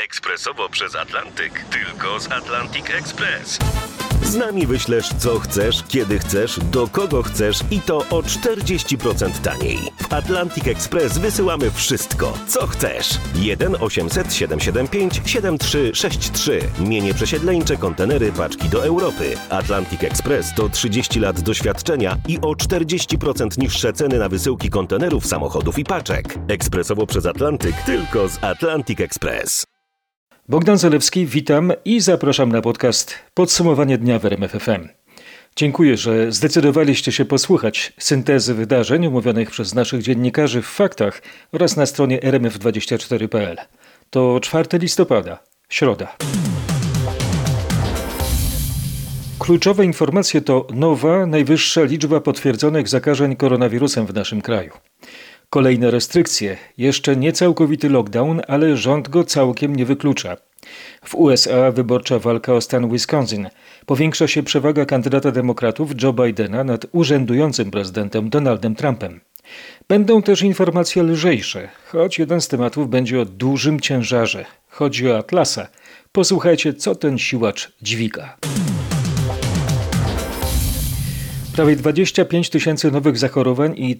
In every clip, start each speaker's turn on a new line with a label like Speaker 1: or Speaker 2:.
Speaker 1: Ekspresowo przez Atlantyk. Tylko z Atlantic Express. Z nami wyślesz co chcesz, kiedy chcesz, do kogo chcesz i to o 40% taniej. W Atlantic Express wysyłamy wszystko, co chcesz. 1 800 775 7363. Mienie przesiedleńcze, kontenery, paczki do Europy. Atlantic Express to 30 lat doświadczenia i o 40% niższe ceny na wysyłki kontenerów, samochodów i paczek. Ekspresowo przez Atlantyk, tylko z Atlantic Express.
Speaker 2: Bogdan Zalewski, witam i zapraszam na podcast Podsumowanie dnia w RMF FM. Dziękuję, że zdecydowaliście się posłuchać syntezy wydarzeń omówionych przez naszych dziennikarzy w Faktach oraz na stronie rmf24.pl. To 4 listopada, środa. Kluczowe informacje to nowa, najwyższa liczba potwierdzonych zakażeń koronawirusem w naszym kraju. Kolejne restrykcje, jeszcze nie całkowity lockdown, ale rząd go całkiem nie wyklucza. W USA wyborcza walka o stan Wisconsin. Powiększa się przewaga kandydata demokratów Joe Bidena nad urzędującym prezydentem Donaldem Trumpem. Będą też informacje lżejsze, choć jeden z tematów będzie o dużym ciężarze. Chodzi o Atlasa. Posłuchajcie, co ten siłacz dźwiga. Prawie 25 000 nowych zachorowań i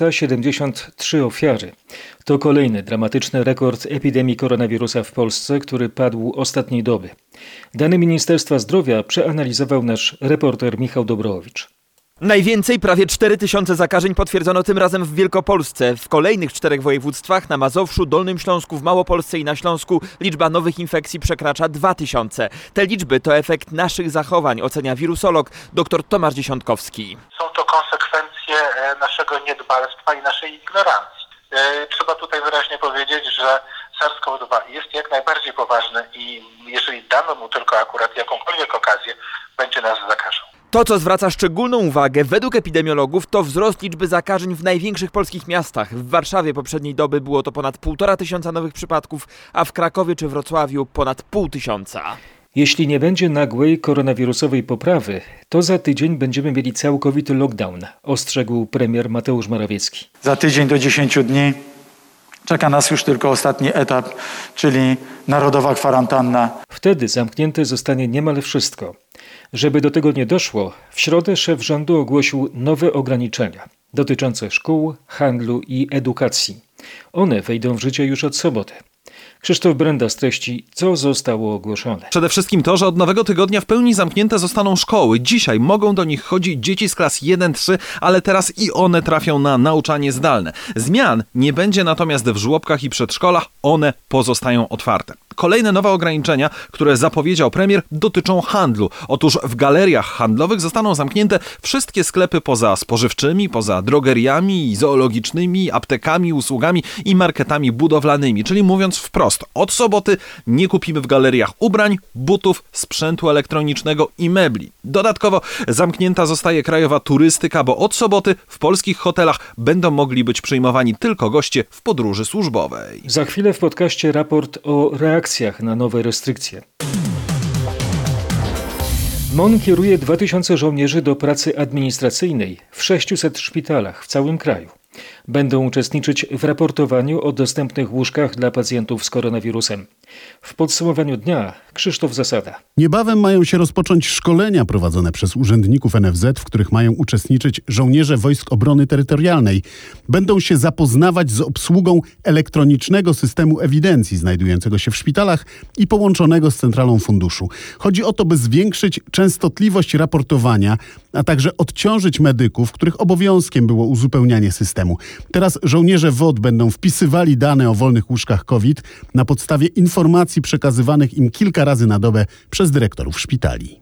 Speaker 2: 373 ofiary. To kolejny dramatyczny rekord epidemii koronawirusa w Polsce, który padł ostatniej doby. Dane Ministerstwa Zdrowia przeanalizował nasz reporter Michał Dobrowicz.
Speaker 3: Najwięcej, prawie 4000 zakażeń potwierdzono tym razem w Wielkopolsce. W kolejnych 4 województwach, na Mazowszu, Dolnym Śląsku, w Małopolsce i na Śląsku, liczba nowych infekcji przekracza 2000. Te liczby to efekt naszych zachowań, ocenia wirusolog dr Tomasz Dziesiątkowski.
Speaker 4: Są to konsekwencje naszego niedbalstwa i naszej ignorancji. Trzeba tutaj wyraźnie powiedzieć, że SARS-CoV-2 jest jak najbardziej poważny i jeżeli damy mu tylko akurat jakąkolwiek okazję, będzie nas zakażał.
Speaker 3: To, co zwraca szczególną uwagę według epidemiologów, to wzrost liczby zakażeń w największych polskich miastach. W Warszawie poprzedniej doby było to ponad 1500 nowych przypadków, a w Krakowie czy Wrocławiu ponad 500.
Speaker 2: Jeśli nie będzie nagłej koronawirusowej poprawy, to za tydzień będziemy mieli całkowity lockdown, ostrzegł premier Mateusz Morawiecki.
Speaker 5: Za tydzień do 10 dni czeka nas już tylko ostatni etap, czyli narodowa kwarantanna.
Speaker 2: Wtedy zamknięte zostanie niemal wszystko. Żeby do tego nie doszło, w środę szef rządu ogłosił nowe ograniczenia dotyczące szkół, handlu i edukacji. One wejdą w życie już od soboty. Krzysztof Brenda streści, co zostało ogłoszone.
Speaker 6: Przede wszystkim to, że od nowego tygodnia w pełni zamknięte zostaną szkoły. Dzisiaj mogą do nich chodzić dzieci z klas 1-3, ale teraz i one trafią na nauczanie zdalne. Zmian nie będzie natomiast w żłobkach i przedszkolach, one pozostają otwarte. Kolejne nowe ograniczenia, które zapowiedział premier, dotyczą handlu. Otóż w galeriach handlowych zostaną zamknięte wszystkie sklepy poza spożywczymi, poza drogeriami, zoologicznymi, aptekami, usługami i marketami budowlanymi. Czyli mówiąc wprost, od soboty nie kupimy w galeriach ubrań, butów, sprzętu elektronicznego i mebli. Dodatkowo zamknięta zostaje krajowa turystyka, bo od soboty w polskich hotelach będą mogli być przyjmowani tylko goście w podróży służbowej.
Speaker 2: Za chwilę w podcaście raport o reakcjach na nowe restrykcje. MON kieruje 2000 żołnierzy do pracy administracyjnej w 600 szpitalach w całym kraju. Będą uczestniczyć w raportowaniu o dostępnych łóżkach dla pacjentów z koronawirusem. W podsumowaniu dnia Krzysztof Zasada.
Speaker 7: Niebawem mają się rozpocząć szkolenia prowadzone przez urzędników NFZ, w których mają uczestniczyć żołnierze Wojsk Obrony Terytorialnej. Będą się zapoznawać z obsługą elektronicznego systemu ewidencji znajdującego się w szpitalach i połączonego z centralą funduszu. Chodzi o to, by zwiększyć częstotliwość raportowania, a także odciążyć medyków, których obowiązkiem było uzupełnianie systemu. Teraz żołnierze WOT będą wpisywali dane o wolnych łóżkach COVID na podstawie informacji przekazywanych im kilka razy na dobę przez dyrektorów szpitali.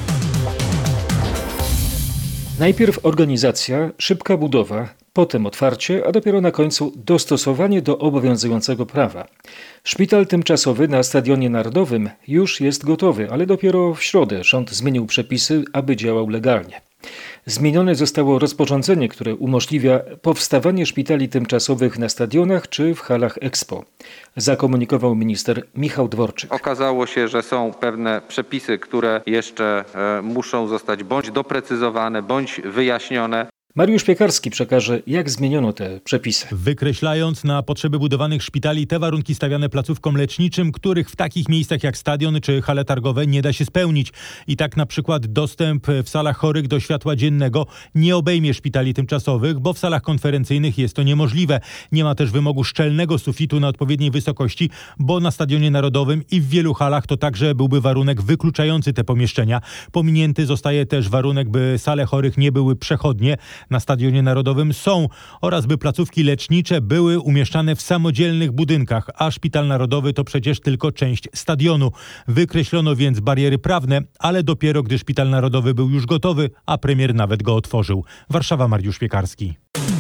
Speaker 2: Najpierw organizacja, szybka budowa, potem otwarcie, a dopiero na końcu dostosowanie do obowiązującego prawa. Szpital tymczasowy na Stadionie Narodowym już jest gotowy, ale dopiero w środę rząd zmienił przepisy, aby działał legalnie. Zmienione zostało rozporządzenie, które umożliwia powstawanie szpitali tymczasowych na stadionach czy w halach Expo. Zakomunikował minister Michał Dworczyk.
Speaker 8: Okazało się, że są pewne przepisy, które jeszcze muszą zostać bądź doprecyzowane, bądź wyjaśnione.
Speaker 2: Mariusz Piekarski przekaże, jak zmieniono te przepisy.
Speaker 9: Wykreślając na potrzeby budowanych szpitali te warunki stawiane placówkom leczniczym, których w takich miejscach jak stadion czy hale targowe nie da się spełnić. I tak na przykład dostęp w salach chorych do światła dziennego nie obejmie szpitali tymczasowych, bo w salach konferencyjnych jest to niemożliwe. Nie ma też wymogu szczelnego sufitu na odpowiedniej wysokości, bo na Stadionie Narodowym i w wielu halach to także byłby warunek wykluczający te pomieszczenia. Pominięty zostaje też warunek, by sale chorych nie były przechodnie. Na Stadionie Narodowym są oraz by placówki lecznicze były umieszczane w samodzielnych budynkach, a Szpital Narodowy to przecież tylko część stadionu. Wykreślono więc bariery prawne, ale dopiero gdy Szpital Narodowy był już gotowy, a premier nawet go otworzył. Warszawa, Mariusz Piekarski.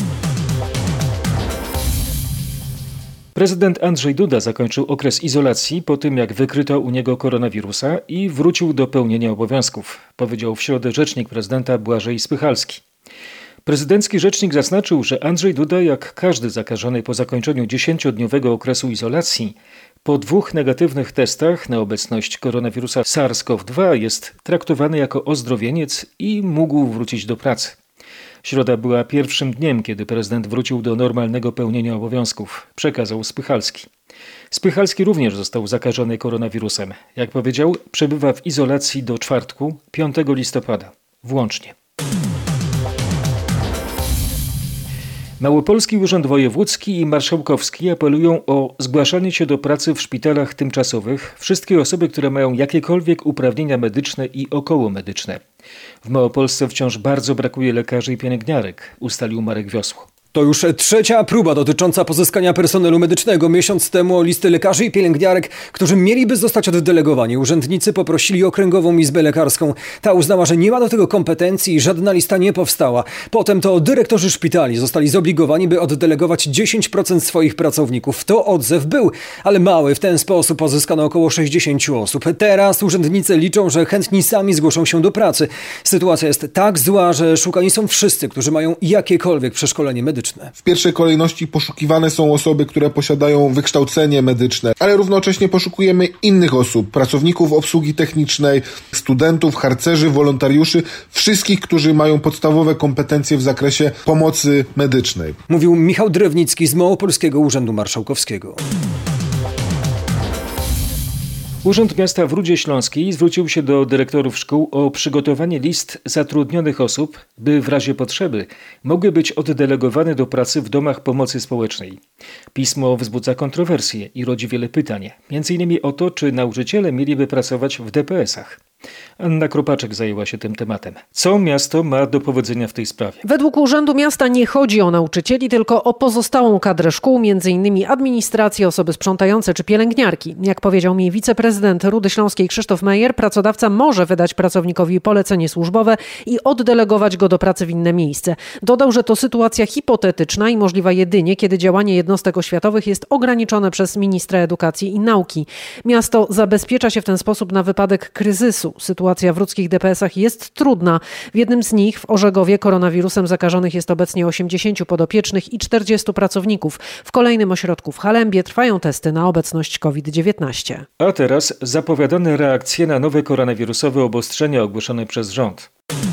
Speaker 2: Prezydent Andrzej Duda zakończył okres izolacji po tym, jak wykryto u niego koronawirusa i wrócił do pełnienia obowiązków, powiedział w środę rzecznik prezydenta Błażej Spychalski. Prezydencki rzecznik zaznaczył, że Andrzej Duda, jak każdy zakażony po zakończeniu 10-dniowego okresu izolacji, po 2 negatywnych testach na obecność koronawirusa SARS-CoV-2 jest traktowany jako ozdrowieniec i mógł wrócić do pracy. Środa była pierwszym dniem, kiedy prezydent wrócił do normalnego pełnienia obowiązków, przekazał Spychalski. Spychalski również został zakażony koronawirusem. Jak powiedział, przebywa w izolacji do czwartku, 5 listopada, włącznie. Małopolski Urząd Wojewódzki i Marszałkowski apelują o zgłaszanie się do pracy w szpitalach tymczasowych wszystkie osoby, które mają jakiekolwiek uprawnienia medyczne i okołomedyczne. W Małopolsce wciąż bardzo brakuje lekarzy i pielęgniarek, ustalił Marek Wiosło.
Speaker 10: To już trzecia próba dotycząca pozyskania personelu medycznego. Miesiąc temu o listy lekarzy i pielęgniarek, którzy mieliby zostać oddelegowani. Urzędnicy poprosili Okręgową Izbę Lekarską. Ta uznała, że nie ma do tego kompetencji i żadna lista nie powstała. Potem to dyrektorzy szpitali zostali zobligowani, by oddelegować 10% swoich pracowników. To odzew był, ale mały. W ten sposób pozyskano około 60 osób. Teraz urzędnicy liczą, że chętni sami zgłoszą się do pracy. Sytuacja jest tak zła, że szukani są wszyscy, którzy mają jakiekolwiek przeszkolenie medyczne.
Speaker 11: W pierwszej kolejności poszukiwane są osoby, które posiadają wykształcenie medyczne, ale równocześnie poszukujemy innych osób, pracowników obsługi technicznej, studentów, harcerzy, wolontariuszy, wszystkich, którzy mają podstawowe kompetencje w zakresie pomocy medycznej.
Speaker 10: Mówił Michał Drewnicki z Małopolskiego Urzędu Marszałkowskiego.
Speaker 2: Urząd Miasta w Rudzie Śląskiej zwrócił się do dyrektorów szkół o przygotowanie list zatrudnionych osób, by w razie potrzeby mogły być oddelegowane do pracy w domach pomocy społecznej. Pismo wzbudza kontrowersje i rodzi wiele pytań, m.in. o to, czy nauczyciele mieliby pracować w DPS-ach. Anna Kropaczek zajęła się tym tematem. Co miasto ma do powiedzenia w tej sprawie?
Speaker 12: Według Urzędu Miasta nie chodzi o nauczycieli, tylko o pozostałą kadrę szkół, m.in. administrację, osoby sprzątające czy pielęgniarki. Jak powiedział mi wiceprezydent Rudy Śląskiej Krzysztof Mejer, pracodawca może wydać pracownikowi polecenie służbowe i oddelegować go do pracy w inne miejsce. Dodał, że to sytuacja hipotetyczna i możliwa jedynie, kiedy działanie jednostek oświatowych jest ograniczone przez ministra edukacji i nauki. Miasto zabezpiecza się w ten sposób na wypadek kryzysu. Sytuacja w rudzkich DPS-ach jest trudna. W jednym z nich, w Orzegowie, koronawirusem zakażonych jest obecnie 80 podopiecznych i 40 pracowników. W kolejnym ośrodku w Halembie trwają testy na obecność COVID-19.
Speaker 2: A teraz zapowiadane reakcje na nowe koronawirusowe obostrzenia ogłoszone przez rząd.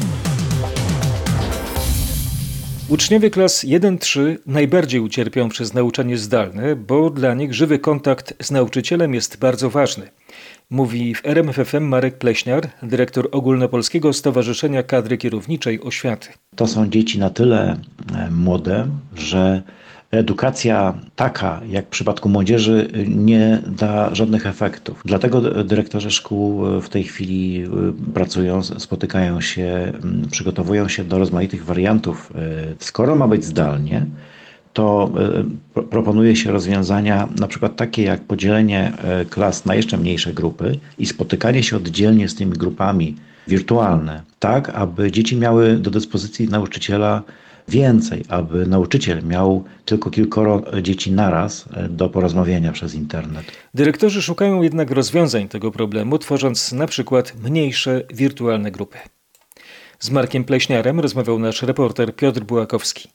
Speaker 2: Uczniowie klas 1-3 najbardziej ucierpią przez nauczanie zdalne, bo dla nich żywy kontakt z nauczycielem jest bardzo ważny. Mówi w RMFFM Marek Pleśniar, dyrektor Ogólnopolskiego Stowarzyszenia Kadry Kierowniczej Oświaty.
Speaker 13: To są dzieci na tyle młode, że edukacja taka, jak w przypadku młodzieży, nie da żadnych efektów. Dlatego dyrektorzy szkół w tej chwili pracują, spotykają się, przygotowują się do rozmaitych wariantów. Skoro ma być zdalnie, to proponuje się rozwiązania na przykład takie jak podzielenie klas na jeszcze mniejsze grupy i spotykanie się oddzielnie z tymi grupami wirtualne, tak aby dzieci miały do dyspozycji nauczyciela więcej, aby nauczyciel miał tylko kilkoro dzieci naraz do porozmawiania przez internet.
Speaker 2: Dyrektorzy szukają jednak rozwiązań tego problemu, tworząc na przykład mniejsze wirtualne grupy. Z Markiem Pleśniarem rozmawiał nasz reporter Piotr Bułakowski.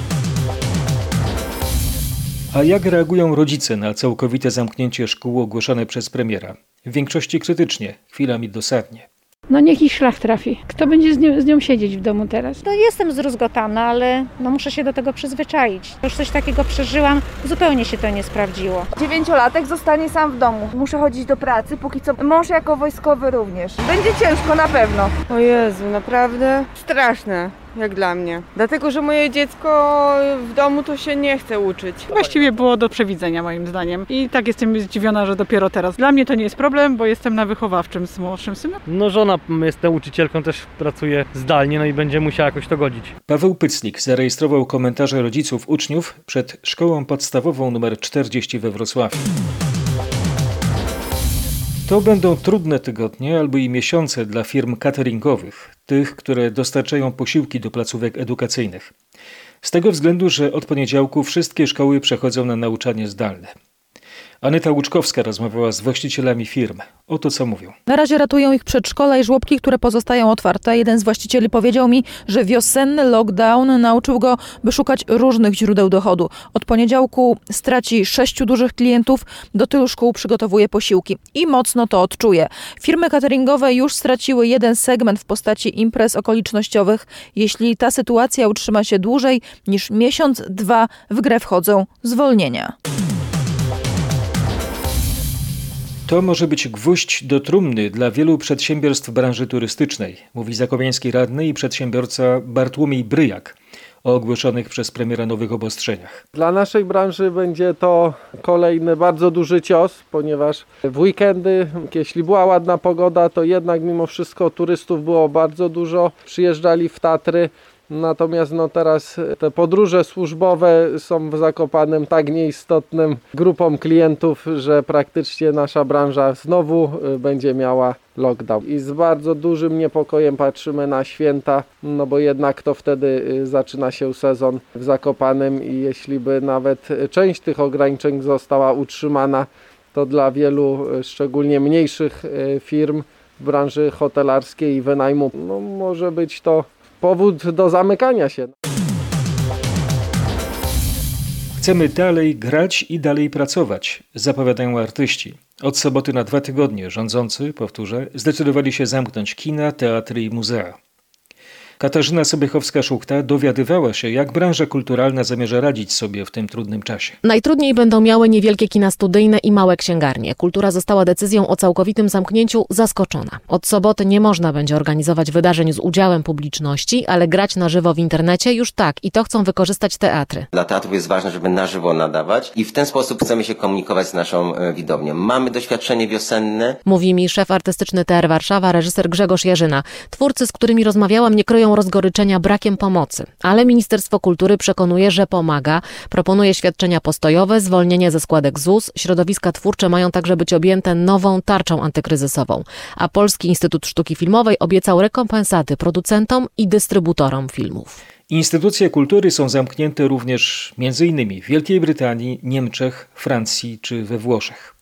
Speaker 2: A jak reagują rodzice na całkowite zamknięcie szkół ogłoszone przez premiera? W większości krytycznie, chwilami dosadnie.
Speaker 14: No niech ich szlak trafi. Kto będzie z nią siedzieć w domu teraz?
Speaker 15: No jestem zdruzgotana, ale muszę się do tego przyzwyczaić. Już coś takiego przeżyłam, zupełnie się to nie sprawdziło.
Speaker 16: 9-latek zostanie sam w domu. Muszę chodzić do pracy, póki co mąż jako wojskowy również. Będzie ciężko na pewno.
Speaker 17: O Jezu, naprawdę straszne. Jak dla mnie. Dlatego, że moje dziecko w domu to się nie chce uczyć.
Speaker 18: Właściwie było do przewidzenia moim zdaniem. I tak jestem zdziwiona, że dopiero teraz. Dla mnie to nie jest problem, bo jestem na wychowawczym z młodszym synem.
Speaker 19: No żona jest nauczycielką, też pracuje zdalnie, no i będzie musiała jakoś to godzić.
Speaker 2: Paweł Pycnik zarejestrował komentarze rodziców uczniów przed szkołą podstawową nr 40 we Wrocławiu. To będą trudne tygodnie albo i miesiące dla firm cateringowych, tych, które dostarczają posiłki do placówek edukacyjnych. Z tego względu, że od poniedziałku wszystkie szkoły przechodzą na nauczanie zdalne. Aneta Łuczkowska rozmawiała z właścicielami firm. Oto co mówią.
Speaker 20: Na razie ratują ich przedszkola i żłobki, które pozostają otwarte. Jeden z właścicieli powiedział mi, że wiosenny lockdown nauczył go, by szukać różnych źródeł dochodu. Od poniedziałku straci 6 dużych klientów, do tylu szkół przygotowuje posiłki i mocno to odczuje. Firmy cateringowe już straciły jeden segment w postaci imprez okolicznościowych. Jeśli ta sytuacja utrzyma się dłużej niż miesiąc, 2, w grę wchodzą zwolnienia.
Speaker 2: To może być gwóźdź do trumny dla wielu przedsiębiorstw branży turystycznej, mówi zakopiański radny i przedsiębiorca Bartłomiej Bryjak o ogłoszonych przez premiera nowych obostrzeniach.
Speaker 21: Dla naszej branży będzie to kolejny bardzo duży cios, ponieważ w weekendy, jeśli była ładna pogoda, to jednak mimo wszystko turystów było bardzo dużo, przyjeżdżali w Tatry. Natomiast teraz te podróże służbowe są w Zakopanem tak nieistotnym grupą klientów, że praktycznie nasza branża znowu będzie miała lockdown. I z bardzo dużym niepokojem patrzymy na święta, bo jednak to wtedy zaczyna się sezon w Zakopanem i jeśli by nawet część tych ograniczeń została utrzymana, to dla wielu, szczególnie mniejszych firm w branży hotelarskiej i wynajmu, może być to powód do zamykania się.
Speaker 2: Chcemy dalej grać i dalej pracować, zapowiadają artyści. Od soboty na 2 tygodnie rządzący, powtórzę, zdecydowali się zamknąć kina, teatry i muzea. Katarzyna Sobiechowska-Szuchta dowiadywała się, jak branża kulturalna zamierza radzić sobie w tym trudnym czasie.
Speaker 22: Najtrudniej będą miały niewielkie kina studyjne i małe księgarnie. Kultura została decyzją o całkowitym zamknięciu zaskoczona. Od soboty nie można będzie organizować wydarzeń z udziałem publiczności, ale grać na żywo w internecie już tak i to chcą wykorzystać teatry.
Speaker 23: Dla teatrów jest ważne, żeby na żywo nadawać i w ten sposób chcemy się komunikować z naszą widownią. Mamy doświadczenie wiosenne.
Speaker 22: Mówi mi szef artystyczny TR Warszawa, reżyser Grzegorz Jerzyna. Twórcy, z którymi rozmawiałam, nie kryją rozgoryczenia brakiem pomocy, ale Ministerstwo Kultury przekonuje, że pomaga, proponuje świadczenia postojowe, zwolnienie ze składek ZUS, środowiska twórcze mają także być objęte nową tarczą antykryzysową, a Polski Instytut Sztuki Filmowej obiecał rekompensaty producentom i dystrybutorom filmów.
Speaker 2: Instytucje kultury są zamknięte również m.in. w Wielkiej Brytanii, Niemczech, Francji czy we Włoszech.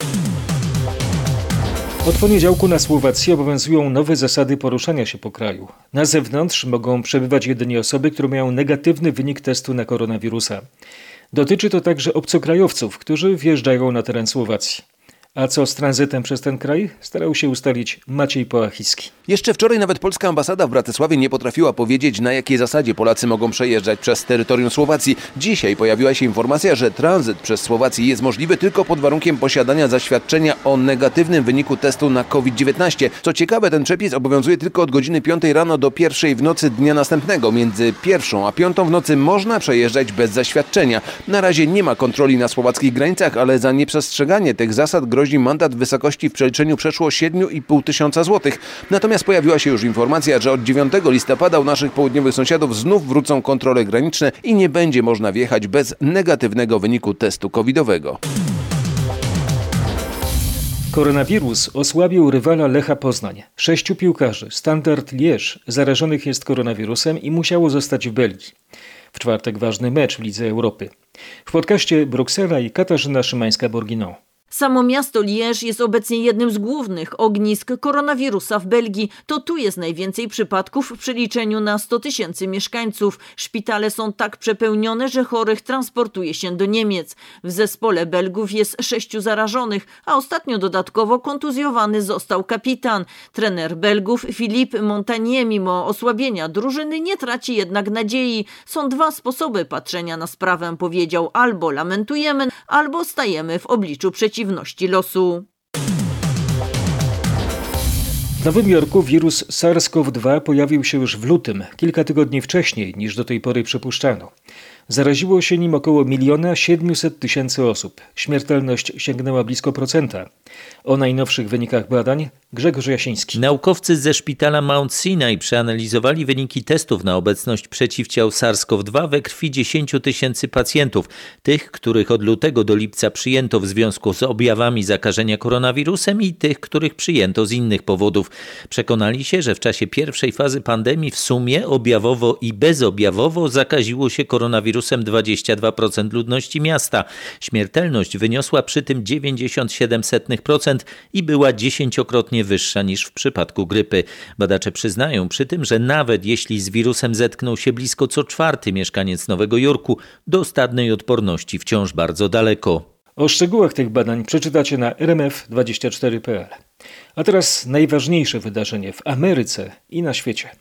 Speaker 2: Od poniedziałku na Słowacji obowiązują nowe zasady poruszania się po kraju. Na zewnątrz mogą przebywać jedynie osoby, które mają negatywny wynik testu na koronawirusa. Dotyczy to także obcokrajowców, którzy wjeżdżają na teren Słowacji. A co z tranzytem przez ten kraj? Starał się ustalić Maciej Połachicki.
Speaker 24: Jeszcze wczoraj nawet polska ambasada w Bratysławie nie potrafiła powiedzieć, na jakiej zasadzie Polacy mogą przejeżdżać przez terytorium Słowacji. Dzisiaj pojawiła się informacja, że tranzyt przez Słowację jest możliwy tylko pod warunkiem posiadania zaświadczenia o negatywnym wyniku testu na COVID-19. Co ciekawe, ten przepis obowiązuje tylko od godziny 5 rano do 1 w nocy dnia następnego. Między 1 a 5 w nocy można przejeżdżać bez zaświadczenia. Na razie nie ma kontroli na słowackich granicach, ale za nieprzestrzeganie tych zasad grozi mandat w wysokości w przeliczeniu przeszło 7,5 tysiąca złotych. Natomiast pojawiła się już informacja, że od 9 listopada u naszych południowych sąsiadów znów wrócą kontrole graniczne i nie będzie można wjechać bez negatywnego wyniku testu covidowego.
Speaker 2: Koronawirus osłabił rywala Lecha Poznań. 6 piłkarzy Standard Liège zarażonych jest koronawirusem i musiało zostać w Belgii. W czwartek ważny mecz w Lidze Europy. W podcaście Bruksela i Katarzyna Szymańska-Borginą.
Speaker 1: Samo miasto Liège jest obecnie jednym z głównych ognisk koronawirusa w Belgii. To tu jest najwięcej przypadków w przeliczeniu na 100 000 mieszkańców. Szpitale są tak przepełnione, że chorych transportuje się do Niemiec. W zespole Belgów jest 6 zarażonych, a ostatnio dodatkowo kontuzjowany został kapitan. Trener Belgów Philippe Montagnier mimo osłabienia drużyny nie traci jednak nadziei. Są dwa sposoby patrzenia na sprawę, powiedział: albo lamentujemy, albo stajemy w obliczu przeciwności losu.
Speaker 2: W Nowym Jorku wirus SARS-CoV-2 pojawił się już w lutym, kilka tygodni wcześniej niż do tej pory przypuszczano. Zaraziło się nim około 1 700 000 osób. Śmiertelność sięgnęła blisko 1%. O najnowszych wynikach badań Grzegorz Jasiński.
Speaker 3: Naukowcy ze szpitala Mount Sinai przeanalizowali wyniki testów na obecność przeciwciał SARS-CoV-2 we krwi 10 000 pacjentów. Tych, których od lutego do lipca przyjęto w związku z objawami zakażenia koronawirusem i tych, których przyjęto z innych powodów. Przekonali się, że w czasie pierwszej fazy pandemii w sumie objawowo i bezobjawowo zakaziło się koronawirusem 22% ludności miasta. Śmiertelność wyniosła przy tym 0,97% i była 10-krotnie wyższa niż w przypadku grypy. Badacze przyznają przy tym, że nawet jeśli z wirusem zetknął się blisko co 4. mieszkaniec Nowego Jorku, do stadnej odporności wciąż bardzo daleko.
Speaker 2: O szczegółach tych badań przeczytacie na rmf24.pl. A teraz najważniejsze wydarzenie w Ameryce i na świecie.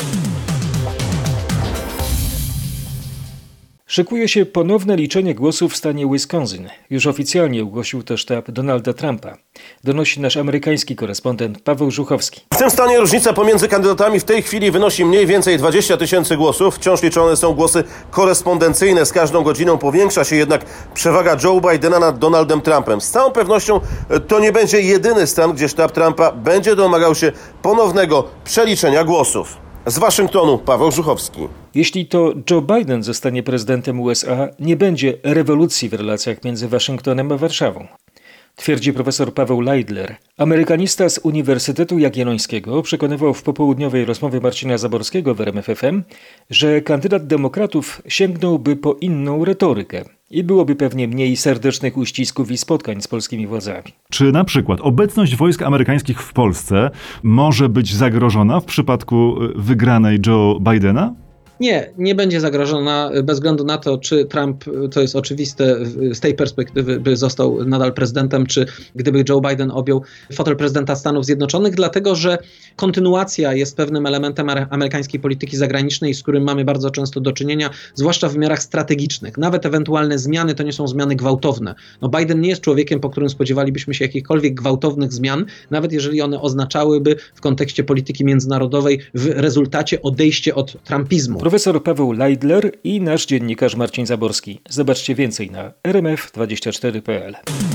Speaker 2: Szykuje się ponowne liczenie głosów w stanie Wisconsin. Już oficjalnie ogłosił to sztab Donalda Trumpa. Donosi nasz amerykański korespondent Paweł Żuchowski.
Speaker 4: W tym stanie różnica pomiędzy kandydatami w tej chwili wynosi mniej więcej 20 000 głosów. Wciąż liczone są głosy korespondencyjne. Z każdą godziną powiększa się jednak przewaga Joe Bidena nad Donaldem Trumpem. Z całą pewnością to nie będzie jedyny stan, gdzie sztab Trumpa będzie domagał się ponownego przeliczenia głosów. Z Waszyngtonu Paweł Żuchowski.
Speaker 2: Jeśli to Joe Biden zostanie prezydentem USA, nie będzie rewolucji w relacjach między Waszyngtonem a Warszawą. Twierdzi profesor Paweł Leidler. Amerykanista z Uniwersytetu Jagiellońskiego przekonywał w popołudniowej rozmowie Marcina Zaborskiego w RMF FM, że kandydat demokratów sięgnąłby po inną retorykę i byłoby pewnie mniej serdecznych uścisków i spotkań z polskimi władzami.
Speaker 5: Czy na przykład obecność wojsk amerykańskich w Polsce może być zagrożona w przypadku wygranej Joe Bidena?
Speaker 25: Nie będzie zagrożona bez względu na to, czy Trump, to jest oczywiste z tej perspektywy, by został nadal prezydentem, czy gdyby Joe Biden objął fotel prezydenta Stanów Zjednoczonych, dlatego że kontynuacja jest pewnym elementem amerykańskiej polityki zagranicznej, z którym mamy bardzo często do czynienia, zwłaszcza w wymiarach strategicznych. Nawet ewentualne zmiany to nie są zmiany gwałtowne. Biden nie jest człowiekiem, po którym spodziewalibyśmy się jakichkolwiek gwałtownych zmian, nawet jeżeli one oznaczałyby w kontekście polityki międzynarodowej w rezultacie odejście od trumpizmu.
Speaker 2: Profesor Paweł Leidler i nasz dziennikarz Marcin Zaborski. Zobaczcie więcej na rmf24.pl.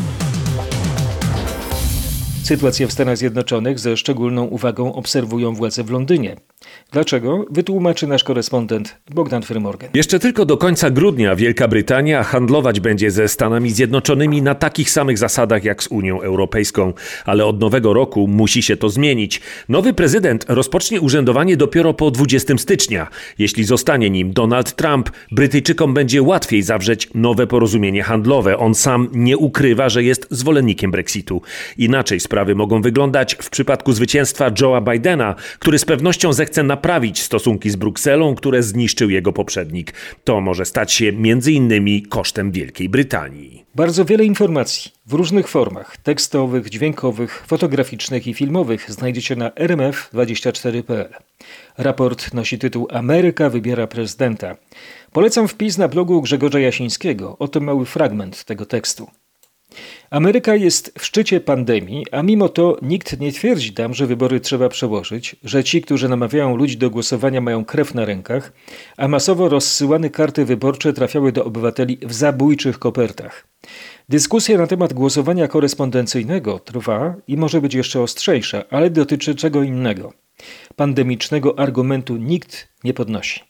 Speaker 2: Sytuację w Stanach Zjednoczonych ze szczególną uwagą obserwują władze w Londynie. Dlaczego? Wytłumaczy nasz korespondent Bogdan Frymorgan.
Speaker 26: Jeszcze tylko do końca grudnia Wielka Brytania handlować będzie ze Stanami Zjednoczonymi na takich samych zasadach jak z Unią Europejską. Ale od nowego roku musi się to zmienić. Nowy prezydent rozpocznie urzędowanie dopiero po 20 stycznia. Jeśli zostanie nim Donald Trump, Brytyjczykom będzie łatwiej zawrzeć nowe porozumienie handlowe. On sam nie ukrywa, że jest zwolennikiem Brexitu. Inaczej sprawy mogą wyglądać w przypadku zwycięstwa Joe'a Bidena, który z pewnością zechce naprawić stosunki z Brukselą, które zniszczył jego poprzednik. To może stać się między innymi kosztem Wielkiej Brytanii.
Speaker 2: Bardzo wiele informacji w różnych formach tekstowych, dźwiękowych, fotograficznych i filmowych znajdziecie na rmf24.pl. Raport nosi tytuł Ameryka wybiera prezydenta. Polecam wpis na blogu Grzegorza Jasińskiego. Oto mały fragment tego tekstu. Ameryka jest w szczycie pandemii, a mimo to nikt nie twierdzi tam, że wybory trzeba przełożyć, że ci, którzy namawiają ludzi do głosowania, mają krew na rękach, a masowo rozsyłane karty wyborcze trafiały do obywateli w zabójczych kopertach. Dyskusja na temat głosowania korespondencyjnego trwa i może być jeszcze ostrzejsza, ale dotyczy czego innego. Pandemicznego argumentu nikt nie podnosi.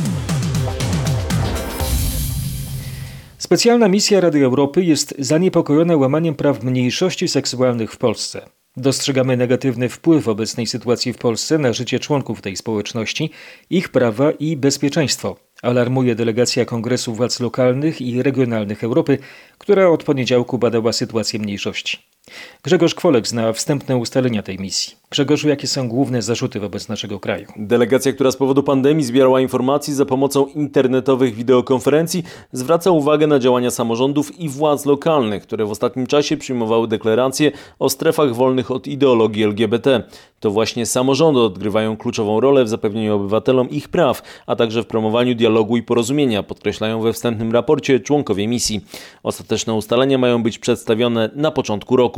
Speaker 2: Specjalna misja Rady Europy jest zaniepokojona łamaniem praw mniejszości seksualnych w Polsce. Dostrzegamy negatywny wpływ obecnej sytuacji w Polsce na życie członków tej społeczności, ich prawa i bezpieczeństwo. Alarmuje delegacja Kongresu Władz Lokalnych i Regionalnych Europy, która od poniedziałku badała sytuację mniejszości. Grzegorz Kwolek zna wstępne ustalenia tej misji. Grzegorzu, jakie są główne zarzuty wobec naszego kraju?
Speaker 6: Delegacja, która z powodu pandemii zbierała informacji za pomocą internetowych wideokonferencji, zwraca uwagę na działania samorządów i władz lokalnych, które w ostatnim czasie przyjmowały deklaracje o strefach wolnych od ideologii LGBT. To właśnie samorządy odgrywają kluczową rolę w zapewnieniu obywatelom ich praw, a także w promowaniu dialogu i porozumienia, podkreślają we wstępnym raporcie członkowie misji. Ostateczne ustalenia mają być przedstawione na początku roku.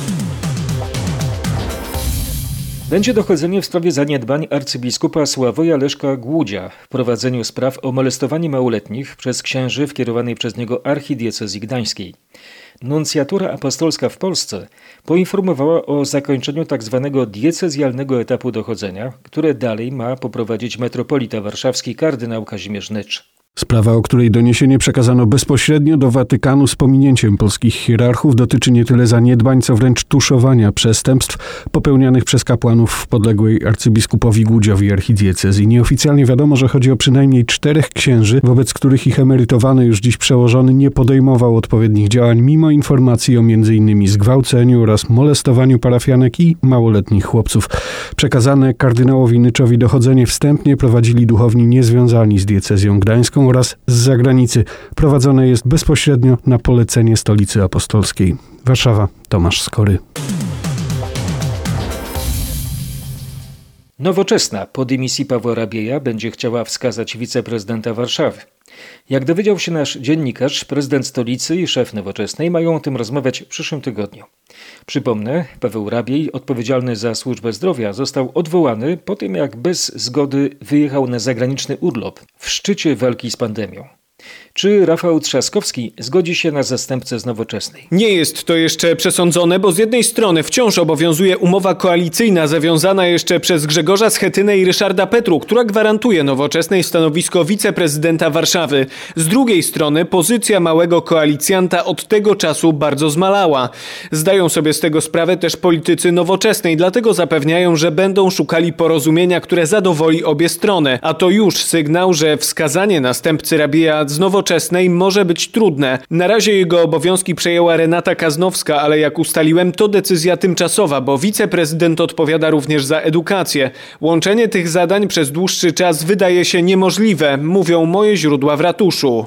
Speaker 2: Będzie dochodzenie w sprawie zaniedbań arcybiskupa Sławoja Leszka Głudzia w prowadzeniu spraw o molestowanie małoletnich przez księży w kierowanej przez niego archidiecezji gdańskiej. Nuncjatura apostolska w Polsce poinformowała o zakończeniu tzw. diecezjalnego etapu dochodzenia, które dalej ma poprowadzić metropolita warszawski kardynał Kazimierz Nycz.
Speaker 7: Sprawa, o której doniesienie przekazano bezpośrednio do Watykanu z pominięciem polskich hierarchów, dotyczy nie tyle zaniedbań, co wręcz tuszowania przestępstw popełnianych przez kapłanów w podległej arcybiskupowi Głudziowi archidiecezji. Nieoficjalnie wiadomo, że chodzi o przynajmniej 4 księży, wobec których ich emerytowany już dziś przełożony nie podejmował odpowiednich działań, mimo informacji o m.in. zgwałceniu oraz molestowaniu parafianek i małoletnich chłopców. Przekazane kardynałowi Nyczowi dochodzenie wstępnie prowadzili duchowni niezwiązani z diecezją gdańską oraz z zagranicy. Prowadzone jest bezpośrednio na polecenie Stolicy Apostolskiej. Warszawa, Tomasz Skory.
Speaker 2: Nowoczesna po dymisji Pawła Rabieja będzie chciała wskazać wiceprezydenta Warszawy. Jak dowiedział się nasz dziennikarz, prezydent stolicy i szef Nowoczesnej mają o tym rozmawiać w przyszłym tygodniu. Przypomnę, Paweł Rabiej, odpowiedzialny za służbę zdrowia, został odwołany po tym, jak bez zgody wyjechał na zagraniczny urlop w szczycie walki z pandemią. Czy Rafał Trzaskowski zgodzi się na zastępcę z Nowoczesnej?
Speaker 8: Nie jest to jeszcze przesądzone, bo z jednej strony wciąż obowiązuje umowa koalicyjna zawiązana jeszcze przez Grzegorza Schetynę i Ryszarda Petru, która gwarantuje Nowoczesnej stanowisko wiceprezydenta Warszawy. Z drugiej strony pozycja małego koalicjanta od tego czasu bardzo zmalała. Zdają sobie z tego sprawę też politycy Nowoczesnej, dlatego zapewniają, że będą szukali porozumienia, które zadowoli obie strony. A to już sygnał, że wskazanie następcy Rabieja z Nowoczesnej może być trudne. Na razie jego obowiązki przejęła Renata Kaznowska, ale jak ustaliłem, to decyzja tymczasowa, bo wiceprezydent odpowiada również za edukację. Łączenie tych zadań przez dłuższy czas wydaje się niemożliwe, mówią moje źródła w ratuszu.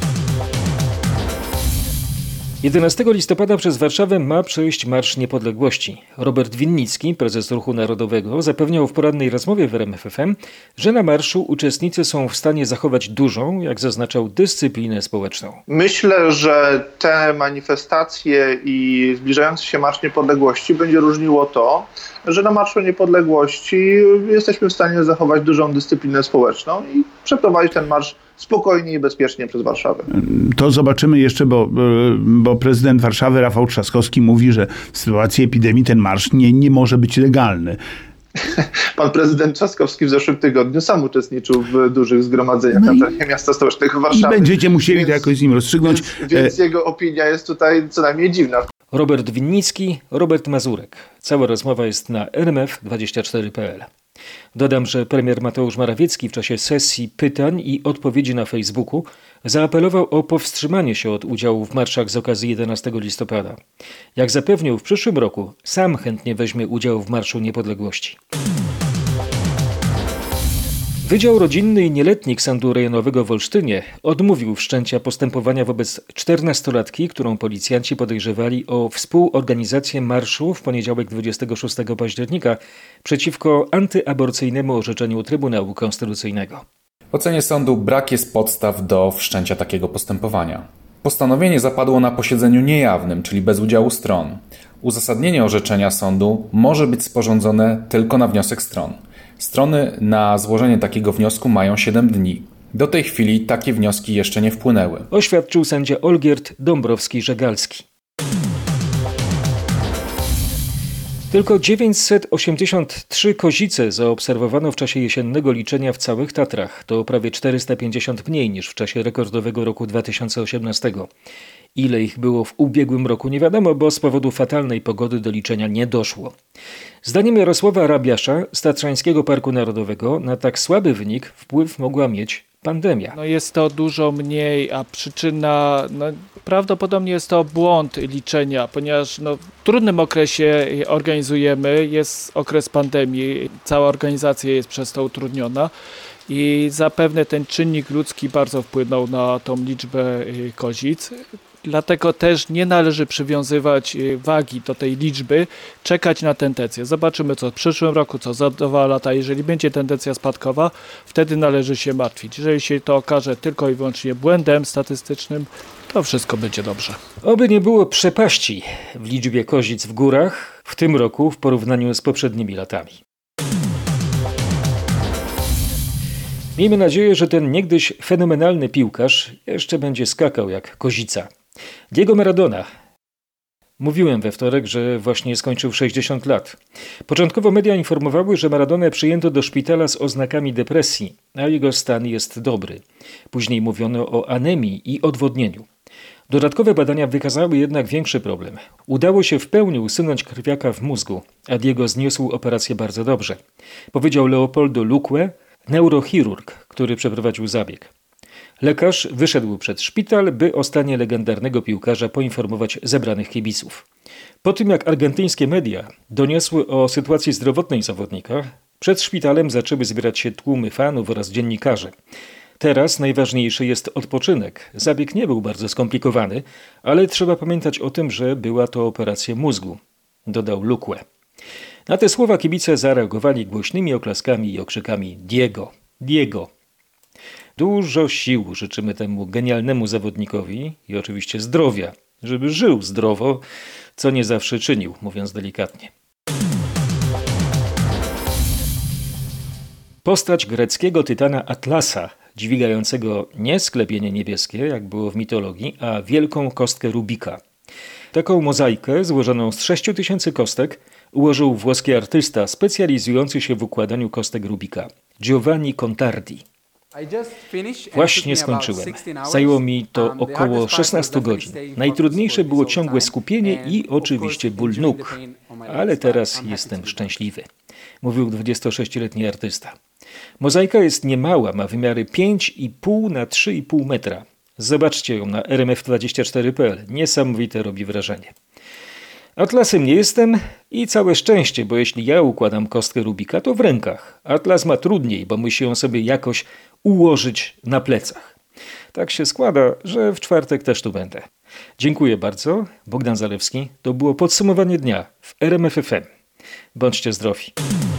Speaker 2: 11 listopada przez Warszawę ma przejść Marsz Niepodległości. Robert Winnicki, prezes Ruchu Narodowego, zapewniał w porannej rozmowie w RMF FM, że na marszu uczestnicy są w stanie zachować dużą, jak zaznaczał, dyscyplinę społeczną.
Speaker 9: Myślę, że te manifestacje i zbliżający się Marsz Niepodległości będzie różniło to, że na Marszu Niepodległości jesteśmy w stanie zachować dużą dyscyplinę społeczną i przeprowadzić ten marsz spokojnie i bezpiecznie przez Warszawę.
Speaker 10: To zobaczymy jeszcze, bo prezydent Warszawy Rafał Trzaskowski mówi, że w sytuacji epidemii ten marsz nie może być legalny.
Speaker 9: Pan prezydent Trzaskowski w zeszłym tygodniu sam uczestniczył w dużych zgromadzeniach na terenie miasta stołecznego Warszawy.
Speaker 10: I będziecie musieli to jakoś z nim rozstrzygnąć.
Speaker 9: Więc jego opinia jest tutaj co najmniej dziwna.
Speaker 2: Robert Winnicki, Robert Mazurek. Cała rozmowa jest na rmf24.pl. Dodam, że premier Mateusz Morawiecki w czasie sesji pytań i odpowiedzi na Facebooku zaapelował o powstrzymanie się od udziału w marszach z okazji 11 listopada. Jak zapewnił, w przyszłym roku sam chętnie weźmie udział w Marszu Niepodległości. Wydział Rodzinny i Nieletnik Sądu Rejonowego w Olsztynie odmówił wszczęcia postępowania wobec 14-latki, którą policjanci podejrzewali o współorganizację marszu w poniedziałek 26 października przeciwko antyaborcyjnemu orzeczeniu Trybunału Konstytucyjnego.
Speaker 11: W ocenie sądu brak jest podstaw do wszczęcia takiego postępowania. Postanowienie zapadło na posiedzeniu niejawnym, czyli bez udziału stron. Uzasadnienie orzeczenia sądu może być sporządzone tylko na wniosek stron. Strony na złożenie takiego wniosku mają 7 dni. Do tej chwili takie wnioski jeszcze nie wpłynęły.
Speaker 2: Oświadczył sędzia Olgierd Dąbrowski-Żegalski. Tylko 983 kozice zaobserwowano w czasie jesiennego liczenia w całych Tatrach. To prawie 450 mniej niż w czasie rekordowego roku 2018. Ile ich było w ubiegłym roku nie wiadomo, bo z powodu fatalnej pogody do liczenia nie doszło. Zdaniem Jarosława Arabiasza z Tatrzańskiego Parku Narodowego na tak słaby wynik wpływ mogła mieć pandemia.
Speaker 12: Jest to dużo mniej, a przyczyna prawdopodobnie jest to błąd liczenia, ponieważ w trudnym okresie organizujemy, jest okres pandemii, cała organizacja jest przez to utrudniona i zapewne ten czynnik ludzki bardzo wpłynął na tą liczbę kozic. Dlatego też nie należy przywiązywać wagi do tej liczby, czekać na tendencję. Zobaczymy co w przyszłym roku, co za 2 lata. Jeżeli będzie tendencja spadkowa, wtedy należy się martwić. Jeżeli się to okaże tylko i wyłącznie błędem statystycznym, to wszystko będzie dobrze.
Speaker 2: Oby nie było przepaści w liczbie kozic w górach w tym roku w porównaniu z poprzednimi latami. Miejmy nadzieję, że ten niegdyś fenomenalny piłkarz jeszcze będzie skakał jak kozica. Diego Maradona. Mówiłem we wtorek, że właśnie skończył 60 lat. Początkowo media informowały, że Maradonę przyjęto do szpitala z oznakami depresji, a jego stan jest dobry. Później mówiono o anemii i odwodnieniu. Dodatkowe badania wykazały jednak większy problem. Udało się w pełni usunąć krwiaka w mózgu, a Diego zniósł operację bardzo dobrze. Powiedział Leopoldo Luque, neurochirurg, który przeprowadził zabieg. Lekarz wyszedł przed szpital, by o stanie legendarnego piłkarza poinformować zebranych kibiców. Po tym jak argentyńskie media doniosły o sytuacji zdrowotnej zawodnika, przed szpitalem zaczęły zbierać się tłumy fanów oraz dziennikarzy. Teraz najważniejszy jest odpoczynek. Zabieg nie był bardzo skomplikowany, ale trzeba pamiętać o tym, że była to operacja mózgu, dodał Luque. Na te słowa kibice zareagowali głośnymi oklaskami i okrzykami Diego, Diego. Dużo sił życzymy temu genialnemu zawodnikowi i oczywiście zdrowia, żeby żył zdrowo, co nie zawsze czynił, mówiąc delikatnie. Postać greckiego tytana Atlasa, dźwigającego nie sklepienie niebieskie, jak było w mitologii, a wielką kostkę Rubika. Taką mozaikę złożoną z 6000 kostek ułożył włoski artysta specjalizujący się w układaniu kostek Rubika, Giovanni Contardi. Właśnie skończyłem. Zajęło mi to około 16 godzin. Najtrudniejsze było ciągłe skupienie i oczywiście ból nóg, ale teraz jestem szczęśliwy, mówił 26-letni artysta. Mozaika jest niemała, ma wymiary 5,5 na 3,5 metra. Zobaczcie ją na rmf24.pl. Niesamowite robi wrażenie. Atlasem nie jestem i całe szczęście, bo jeśli ja układam kostkę Rubika, to w rękach. Atlas ma trudniej, bo musi ją sobie jakoś ułożyć na plecach. Tak się składa, że w czwartek też tu będę. Dziękuję bardzo. Bogdan Zalewski. To było podsumowanie dnia w RMF FM. Bądźcie zdrowi.